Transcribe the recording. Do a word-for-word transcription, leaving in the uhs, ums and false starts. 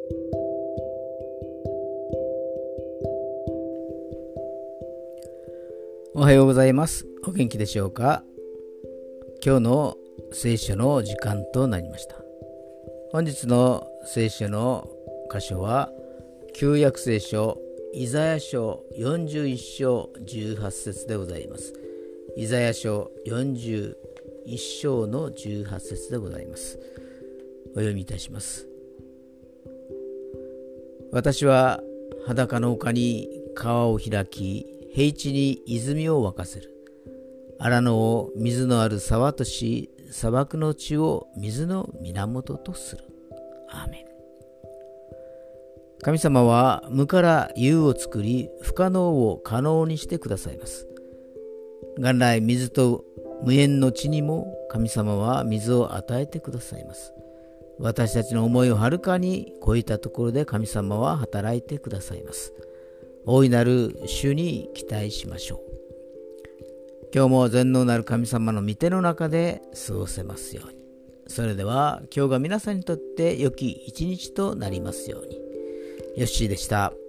おはようございます。お元気でしょうか。今日の聖書の時間となりました。本日の聖書の箇所は旧約聖書イザヤ書よんじゅういっ章じゅうはち節でございます。イザヤ書よんじゅういっ章のじゅうはち節でございます。お読みいたします。私は裸の丘に川を開き、平地に泉を沸かせる。荒野を水のある沢とし、砂漠の地を水の源とする。アーメン。神様は無から有を作り、不可能を可能にしてくださいます。元来水と無縁の地にも神様は水を与えてくださいます。私たちの思いをはるかに超えたところで神様は働いてくださいます。大いなる主に期待しましょう。今日も全能なる神様の御手の中で過ごせますように。それでは今日が皆さんにとって良き一日となりますように。ヨッシーでした。